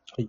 はい。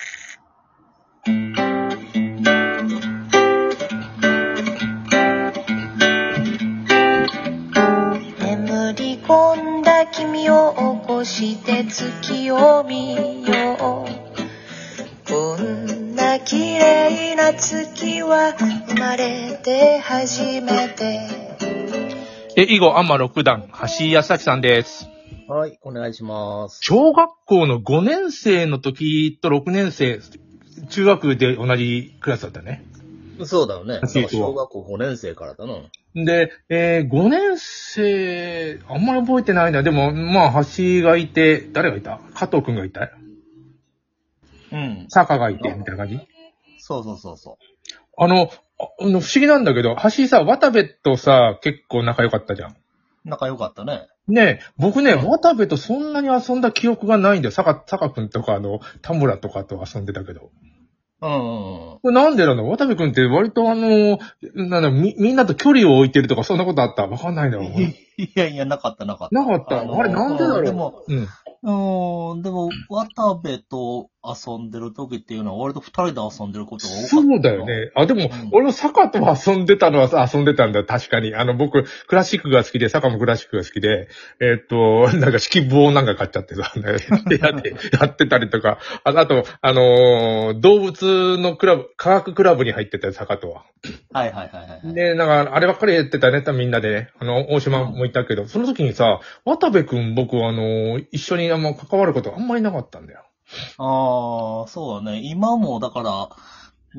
眠り込んだ君を起こして月を見よう。こんな綺麗な月は生まれて初めて。 囲碁アマ6段、橋井康明さんです。 はい、お願いします。 小学校の5年生の時と6年生、中学で同じクラスだったね。 そうだよね。小学校5年生からだな。 で、5年生、あんまり覚えてないな。でも、まあ、橋がいて、誰がいた？加藤くんがいた？ うん。 坂がいて、みたいな感じ？ そうそうそうそう。 不思議なんだけど、橋さ、渡部とさ、結構仲良かったじゃん。 仲良かったね。 ねえ、僕ね、渡部とそんなに遊んだ記憶がないんだよ。坂くんとか、田村とかと遊んでたけど。これなんでなの？渡部くんって割とみんなと距離を置いてるとかそんなことあった？わかんないだろう。 いや、なかった。 なかった。あれなんでだろう。 でも、渡部と遊んでる時っていうのは割と二人で遊んでることが多かった。 そうだよね。でも、俺も坂と遊んでたのは遊んでたんだよ。確かに。僕、クラシックが好きで、坂もクラシックが好きで、なんか式棒なんか買っちゃってさ、やってたりとか、あと、動物のクラブ、科学クラブに入ってたよ、坂とは。 はい。 で、なんか、あればっかりやってたね、みんなでね。大島もいたけど、その時にさ、渡部くん、僕一緒に関わることあんまりなかったんだよ。 そうだね。今も、だから、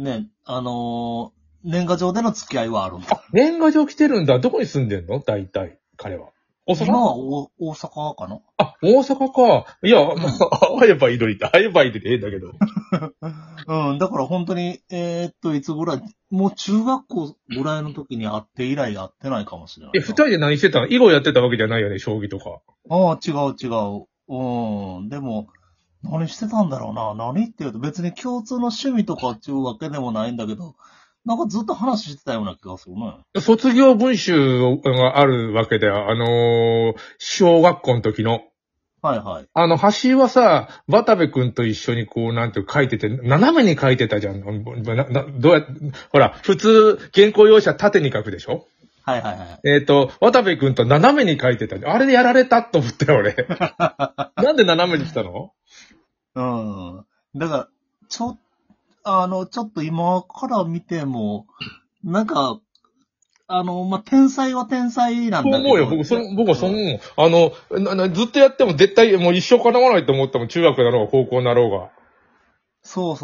ね、年賀状での付き合いはあるんだ。 年賀状来てるんだ。どこに住んでんの？大体、彼は。 今は大阪かな？ 大阪か。いや、会えばいいのにって、会えばいいのにええんだけど。 だから本当に、いつぐらい、もう中学校ぐらいの時に会って以来会ってないかもしれない。 二人で何してたの？囲碁やってたわけじゃないよね、将棋とか。 違う。でも、何してたんだろうな。何って言うと別に共通の趣味とかっていうわけでもないんだけど、なんかずっと話してたような気がするね。 卒業文集があるわけだよ。小学校の時の。 はい。 橋はさ、渡部くんと一緒にこう、なんていう書いてて、斜めに書いてたじゃん。どうや、ほら、普通、原稿用紙は縦に書くでしょ？ はい。 渡部くんと斜めに書いてた。あれでやられたと思ったよ、俺。なんで斜めにしたの？ だから、ちょっと今から見ても、なんか、天才は天才なんだけど。 そう思うよ。僕はそう思う。ずっとやっても絶対もう一生叶わないと思ったもん。中学だろうが、高校だろうが。 そう。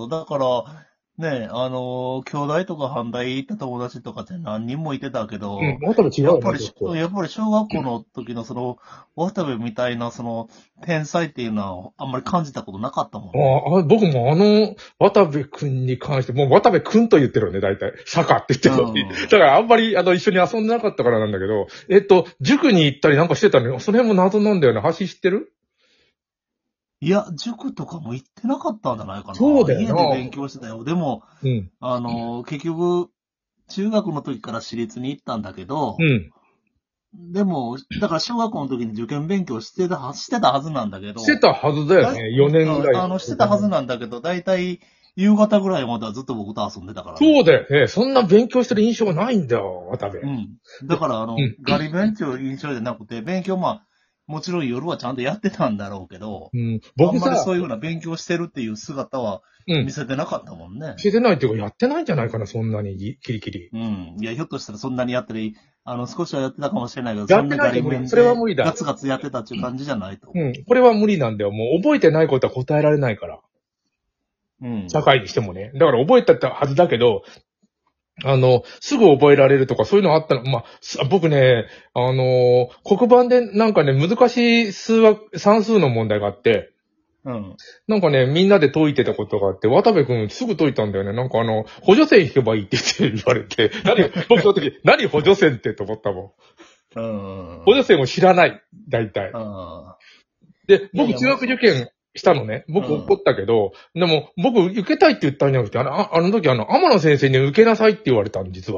だから、ね、兄弟とか反対行った友達とかって何人もいてたけど、 渡部違うよね。 やっぱり小学校の時の渡部みたいな天才っていうのはあんまり感じたことなかったもん。 僕も渡部くんに関して、もう渡部くんと言ってるよね、大体。坂って言ってるのに。だからあんまり、一緒に遊んでなかったからなんだけど、塾に行ったりなんかしてたのに、その辺も謎なんだよね。橋知ってる？ いや、塾とかも行ってなかったんじゃないかな。 そうだよな。 家で勉強してたよ。でも、結局、中学の時から私立に行ったんだけど、でも、だから小学校の時に受験勉強してたはずなんだけど。 してたはずだよね、4年ぐらい。 してたはずなんだけど、だいたい夕方ぐらいまではずっと僕と遊んでたから、 そうだよね。そんな勉強してる印象がないんだよ、渡部。 だから、ガリ勉強印象じゃなくて、勉強もちろん夜はちゃんとやってたんだろうけど、僕あんまりそういうような勉強してるっていう姿は見せてなかったもんね。 見せてないっていうか、やってないんじゃないかな、そんなに、キリキリ。 いや、ひょっとしたらそんなにやってる、少しはやってたかもしれないけど、 そんなガリ勉それは無理だ。 ガツガツやってたっていう感じじゃないと。 これは無理なんだよ。もう覚えてないことは答えられないから。社会にしてもね。だから覚えたってはずだけど、すぐ覚えられるとかそういうのあったの。僕ね、黒板でなんかね、難しい算数の問題があって、なんかね、みんなで解いてたことがあって、渡部くんすぐ解いたんだよね。なんか補助線引けばいいって言われて、僕その時、何補助線ってと思ったもん。補助線を知らない、大体。で、僕中学受験したのね。僕怒ったけど、でも僕受けたいって言ったんじゃなくて、あの時天野先生に受けなさいって言われたの、実は。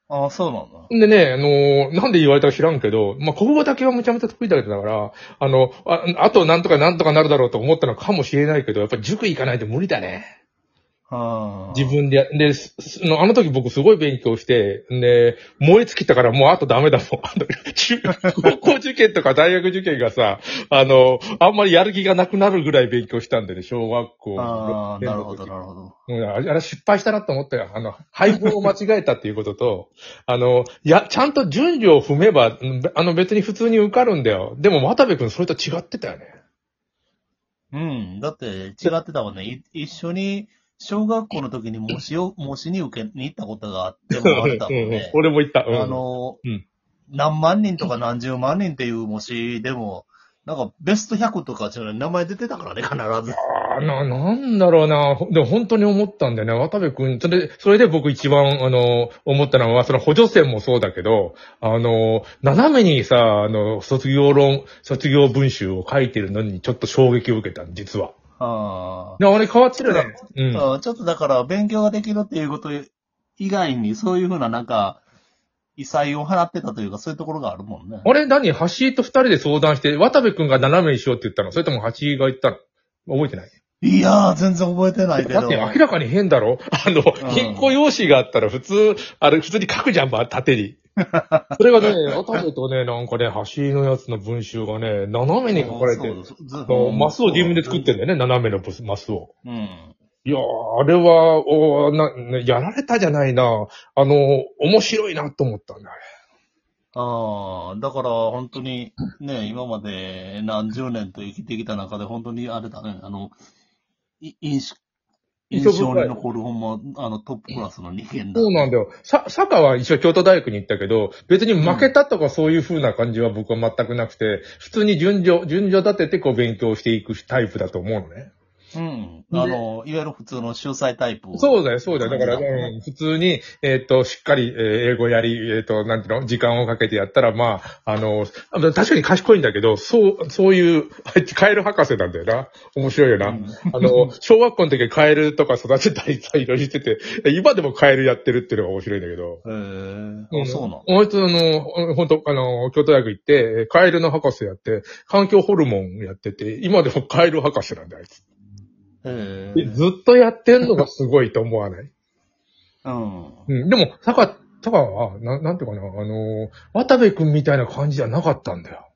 ああ、そうなんだ。 でね、なんで言われたか知らんけど、まあ、国語だけはめちゃめちゃ得意だから、あとなんとかなるだろうと思ったのかもしれないけど、やっぱり塾行かないと無理だね。自分であの時僕すごい勉強して、で、燃え尽きたからもうあとダメだもん。高校受験とか大学受験がさ、あんまりやる気がなくなるぐらい勉強したんでね、小学校。 ああ、なるほど、なるほど。 あれ失敗したなと思ったよ。配分を間違えたっていうことと、ちゃんと順序を踏めば、別に普通に受かるんだよ。でも渡部くんそれと違ってたよね。 うん。だって違ってたもんね。一緒に、小学校の時に模試に受けに行ったことがあってもあったもんね。 俺も行った。 何万人とか何十万人っていう模試でも、なんかベスト100とか名前出てたからね、必ず。 なんだろうな。でも本当に思ったんだよね。渡部くん。それで僕一番、思ったのは、その補助線もそうだけど、斜めにさ、卒業文集を書いてるのにちょっと衝撃を受けた、実は。あれ変わってるね。 ちょっとだから勉強ができるっていうこと以外に、そういうふうななんか、異彩を放ってたというか、そういうところがあるもんね。 あれ橋と二人で相談して、渡部くんが斜めにしようって言ったの？それとも橋が言ったの？覚えてない？ いやー、全然覚えてないけど。 だって明らかに変だろ？金庫用紙があったら普通に書くじゃん、縦に。それがね、渡部とね、なんかね、橋のやつの文集がね、斜めに書かれてる。マスを自分で作ってんだよね、斜めのマスを。いやー、あれは、やられたじゃないな。面白いなと思ったんだ、あれ。 ああ、だから本当にね、今まで何十年と生きてきた中で本当にあれだね、印象に残るほんま、トップクラスの人間だ。 そうなんだよ。坂は一応京都大学に行ったけど、別に負けたとかそういう風な感じは僕は全くなくて、普通に順序立ててこう勉強していくタイプだと思うのね。 うん。いわゆる普通の秀才タイプ。 そうだよ。だから、普通に、しっかり、英語やり、なんていうの、時間をかけてやったら、まあ、確かに賢いんだけど、そういう、カエル博士なんだよな。面白いよな。小学校の時はカエルとか育てたりさ、いろいろしてて、今でもカエルやってるっていうのが面白いんだけど。 そうなの？ あいつ、本当京都大学行って、カエルの博士やって、環境ホルモンやってて、今でもカエル博士なんだよ、あいつ。ずっとやってんのがすごいと思わない？でも、坂は、なんていうかな、渡部くんみたいな感じじゃなかったんだよ。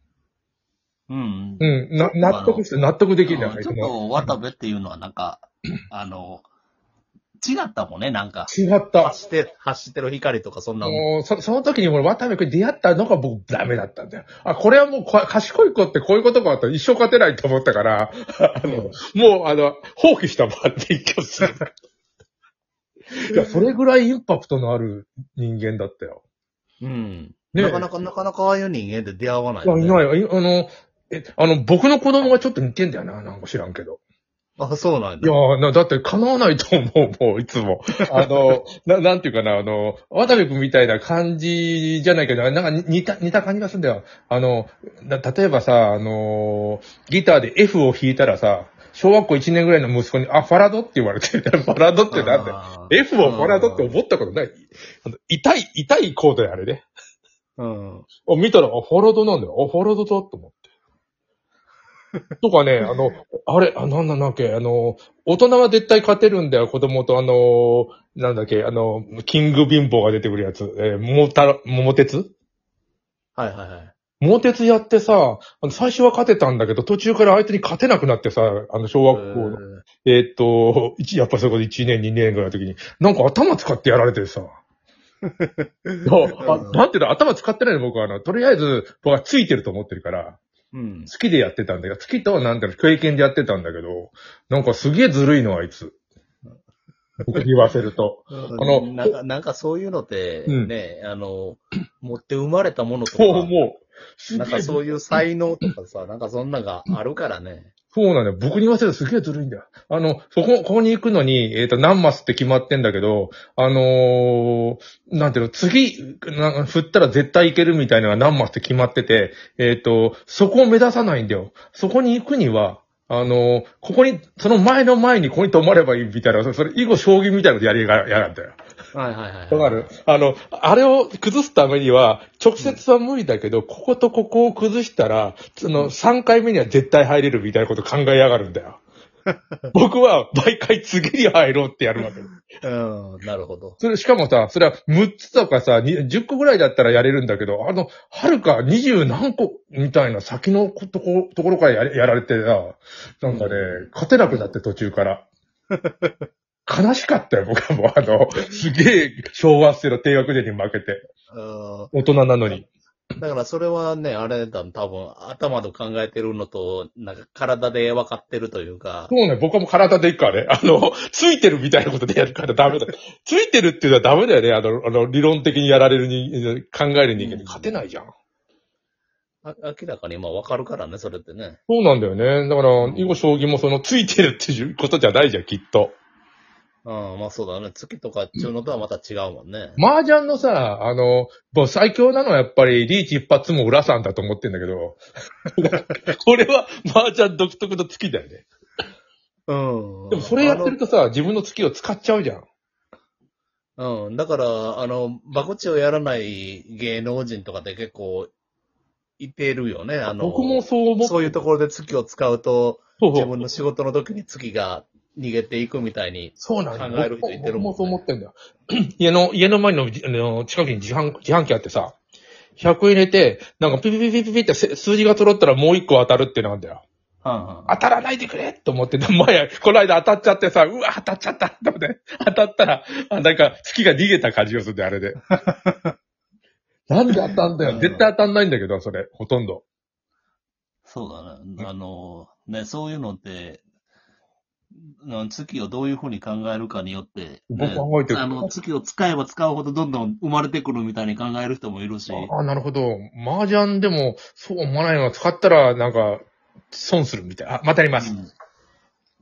納得できるんだよ。 ちょっと渡部っていうのはなんか、違ったもんね、なんか。 違った。 走ってる光とかそんなもん。その時に俺渡部くん出会ったのが僕ダメだったんだよ。これはもう賢い子ってこういうことがあったら一生勝てないと思ったから、もう放棄したもん、勉強する。いや、それぐらいインパクトのある人間だったよ。 ね、なかなかああいう人間で出会わないよね。 いない。僕の子供がちょっと似てんだよな、なんか知らんけど。 あ、そうなんだ。 いやだって叶わないと思う、もう、いつも。なんていうかな、渡部くんみたいな感じじゃないけど、なんか似た感じがするんだよ。例えばさ、ギターで F を弾いたらさ、小学校1年ぐらいの息子に、ファラドって言われて、ファラドってなんだよ。F をファラドって思ったことない？痛いコードやあれね。見たら、ファラドなんだよ。ファラドだと思って。とかね、なんだっけ、大人は絶対勝てるんだよ、子供となんだっけ、キング貧乏が出てくるやつ、桃鉄？桃鉄やってさ、最初は勝てたんだけど、途中から相手に勝てなくなってさ、小学校の、やっぱそこで1年、2年ぐらいの時に、なんか頭使ってやられてさ、なんていうの、頭使ってないの僕はとりあえず、僕はついてると思ってるから、好きでやってたんだけど、好きとはなんていうの、経験でやってたんだけど、なんかすげえずるいの、あいつ。言わせると。 なんかそういうのって、ね、持って生まれたものとか。 そう思う。 なんかそういう才能とかさ、なんかそんながあるからね。 そうなんだよ。僕に言わせるとすげえずるいんだよ。ここに行くのに、何マスって決まってんだけど、なんていうの、次、振ったら絶対行けるみたいなのが何マスって決まってて、そこを目指さないんだよ。そこに行くには、 ここに、その前の前にここに止まればいいみたいな、それ囲碁将棋みたいなことやりがやがったよ。 はいはいはい。 わかる？あれを崩すためには、直接は無理だけど、こことここを崩したら、3回目には絶対入れるみたいなこと考えやがるんだよ。僕は毎回次に入ろうってやるわけ。 なるほど。 しかもさ、それは6つとかさ、10個ぐらいだったらやれるんだけど、はるか20何個みたいな先のところからやられてさ、なんかね、勝てなくなって途中から。悲しかったよ、僕はもうすげえ小学生の低学年に負けて。大人なのに。 だからそれはね、あれだ、多分頭で考えてるのと、なんか体で分かってるというか。 そうね、僕はもう体でいくからね。ついてるみたいなことでやるからダメだ。ついてるっていうのはダメだよね。理論的にやられる考える人間に勝てないじゃん。 明らかに分かるからね、それってね。 そうなんだよね。だから、囲碁将棋もついてるっていうことじゃないじゃん、きっと。 まあそうだね。月とか中のとはまた違うもんね。 麻雀のさ、もう最強なのはやっぱりリーチ一発も裏さんだと思ってんだけど、これは麻雀独特の月だよね。でもそれやってるとさ、自分の月を使っちゃうじゃん。だから、バコチをやらない芸能人とかって結構、いてるよね。 僕もそう思って。 そういうところで月を使うと、自分の仕事の時に月が、逃げていくみたいに考える人いてるもん、ね。 僕もそう思ってんだよ。家の前の近くに自販機あってさ、100円入れて、なんかピピピピピピって数字が揃ったらもう1個当たるってなんだよ。当たらないでくれと思って、この間当たっちゃってさ、うわ、当たっちゃったと思って、当たったら、なんか月が逃げた感じがするんだよ、あれで。なんで当たんだよ。絶対当たんないんだけど、それ、ほとんど。 そうだね。そういうのって、月をどういうふうに考えるかによって、 僕考えてる。 月を使えば使うほどどんどん生まれてくるみたいに考える人もいるし。 なるほど。麻雀でもそう思わないのが使ったらなんか損するみたいな。またやります。